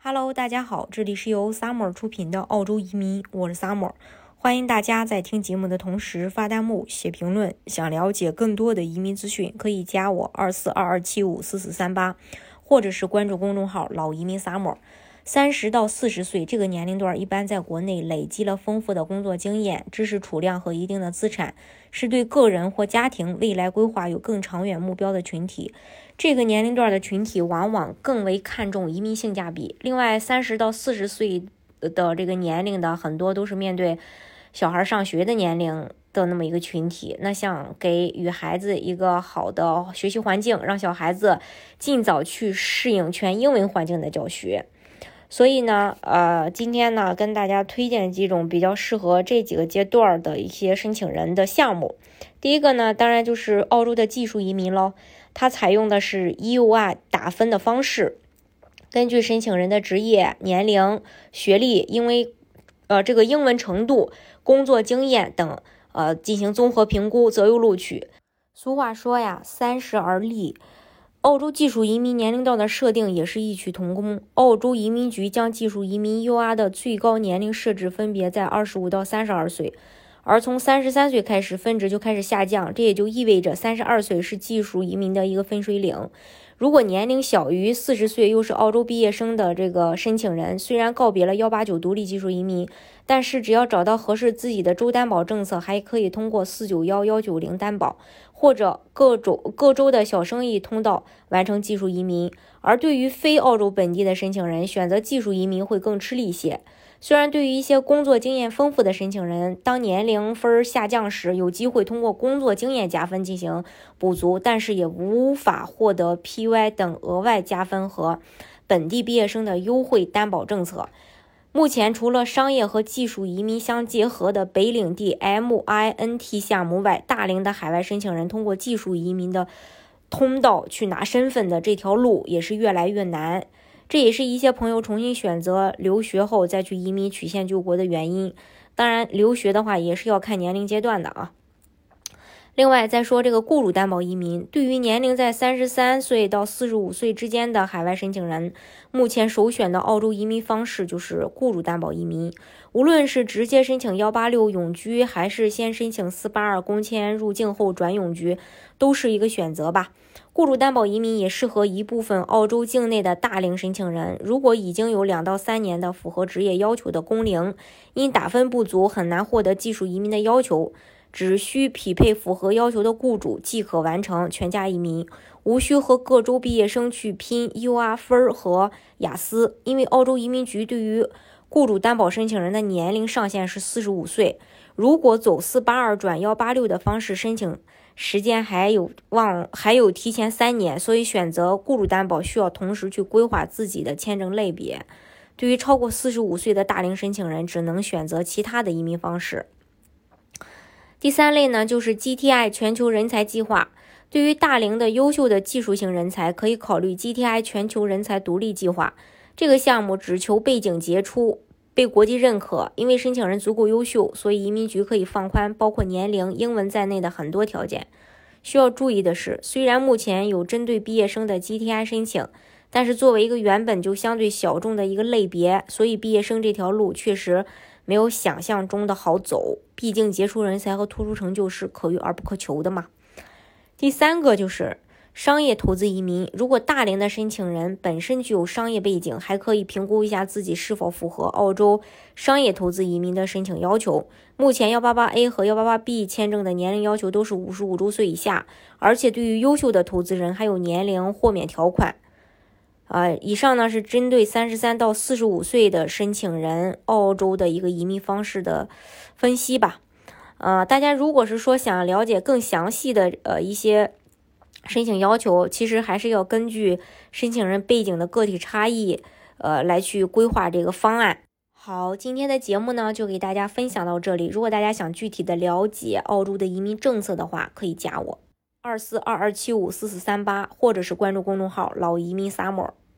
Hello， 大家好，这里是由 Summer 出品的澳洲移民，我是 Summer， 欢迎大家在听节目的同时发弹幕、写评论。想了解更多的移民资讯，可以加我2422754438，或者是关注公众号老移民 Summer。30到40岁这个年龄段，一般在国内累积了丰富的工作经验、知识储量和一定的资产，是对个人或家庭未来规划有更长远目标的群体。这个年龄段的群体往往更为看重移民性价比。另外，30到40岁的这个年龄的很多都是面对小孩上学的年龄的那么一个群体，那想给予孩子一个好的学习环境，让小孩子尽早去适应全英文环境的教学。所以呢，今天呢，跟大家推荐几种比较适合这几个阶段的一些申请人的项目。第一个呢，当然就是澳洲的技术移民咯，它采用的是 EUR 打分的方式，根据申请人的职业、年龄、学历，因为这个英文程度、工作经验等进行综合评估，择优录取。俗话说呀，30而立。澳洲技术移民年龄段的设定也是异曲同工。澳洲移民局将技术移民 EUR 的最高年龄设置分别在25到32岁，而从33岁开始分值就开始下降，这也就意味着32岁是技术移民的一个分水岭。如果年龄小于40岁又是澳洲毕业生的这个申请人，虽然告别了189独立技术移民，但是只要找到合适自己的州担保政策，还可以通过491、190担保，或者各州的小生意通道完成技术移民。而对于非澳洲本地的申请人，选择技术移民会更吃力些。虽然对于一些工作经验丰富的申请人，当年龄分下降时，有机会通过工作经验加分进行补足，但是也无法获得 PY 等额外加分和本地毕业生的优惠担保政策。目前除了商业和技术移民相结合的北领地 MINT 项目外，大龄的海外申请人通过技术移民的通道去拿身份的这条路也是越来越难。这也是一些朋友重新选择留学后再去移民曲线救国的原因。当然，留学的话也是要看年龄阶段的啊。另外再说这个雇主担保移民，对于年龄在33岁到45岁之间的海外申请人，目前首选的澳洲移民方式就是雇主担保移民。无论是直接申请186永居，还是先申请482工签入境后转永居，都是一个选择吧。雇主担保移民也适合一部分澳洲境内的大龄申请人，如果已经有2到3年的符合职业要求的工龄，因打分不足很难获得技术移民的要求，只需匹配符合要求的雇主即可完成全家移民，无需和各州毕业生去拼 EUR 分和雅思。因为澳洲移民局对于雇主担保申请人的年龄上限是45岁，如果走482转186的方式申请，时间还有提前3年，所以选择雇主担保需要同时去规划自己的签证类别。对于超过45岁的大龄申请人，只能选择其他的移民方式。第三类呢，就是 GTI 全球人才计划。对于大龄的优秀的技术型人才，可以考虑 GTI 全球人才独立计划。这个项目只求背景杰出，被国际认可。因为申请人足够优秀，所以移民局可以放宽包括年龄、英文在内的很多条件。需要注意的是，虽然目前有针对毕业生的 GTI 申请，但是作为一个原本就相对小众的一个类别，所以毕业生这条路确实没有想象中的好走。毕竟杰出人才和突出成就是可遇而不可求的嘛。第三个就是商业投资移民。如果大龄的申请人本身具有商业背景，还可以评估一下自己是否符合澳洲商业投资移民的申请要求。目前 188A 和 188B 签证的年龄要求都是55周岁以下，而且对于优秀的投资人还有年龄豁免条款。以上呢是针对33到45岁的申请人澳洲的一个移民方式的分析吧。大家如果是说想了解更详细的一些申请要求，其实还是要根据申请人背景的个体差异来去规划这个方案。好，今天的节目呢就给大家分享到这里。如果大家想具体的了解澳洲的移民政策的话，可以加我2422754438，或者是关注公众号老移民 Summer。